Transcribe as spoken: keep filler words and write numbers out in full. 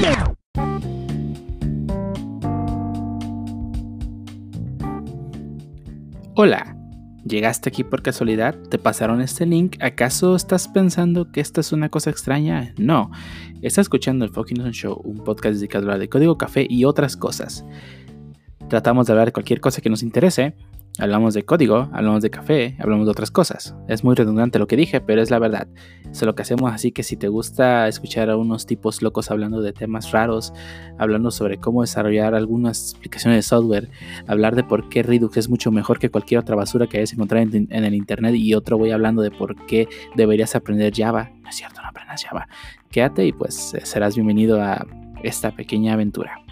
Hola, ¿llegaste aquí por casualidad? ¿Te pasaron este link? ¿Acaso estás pensando que esta es una cosa extraña? No, estás escuchando el Fucking Awesome Show, un podcast dedicado a hablar de código, café y otras cosas. Tratamos de hablar de cualquier cosa que nos interese. Hablamos de código, hablamos de café, hablamos de otras cosas. Es muy redundante lo que dije, pero es la verdad. Eso es lo que hacemos, así que si te gusta escuchar a unos tipos locos hablando de temas raros, hablando sobre cómo desarrollar algunas aplicaciones de software, hablar de por qué Redux es mucho mejor que cualquier otra basura que hayas encontrado en, en el internet, y otro voy hablando de por qué deberías aprender Java. No es cierto, no aprendas Java. Quédate y pues serás bienvenido a esta pequeña aventura.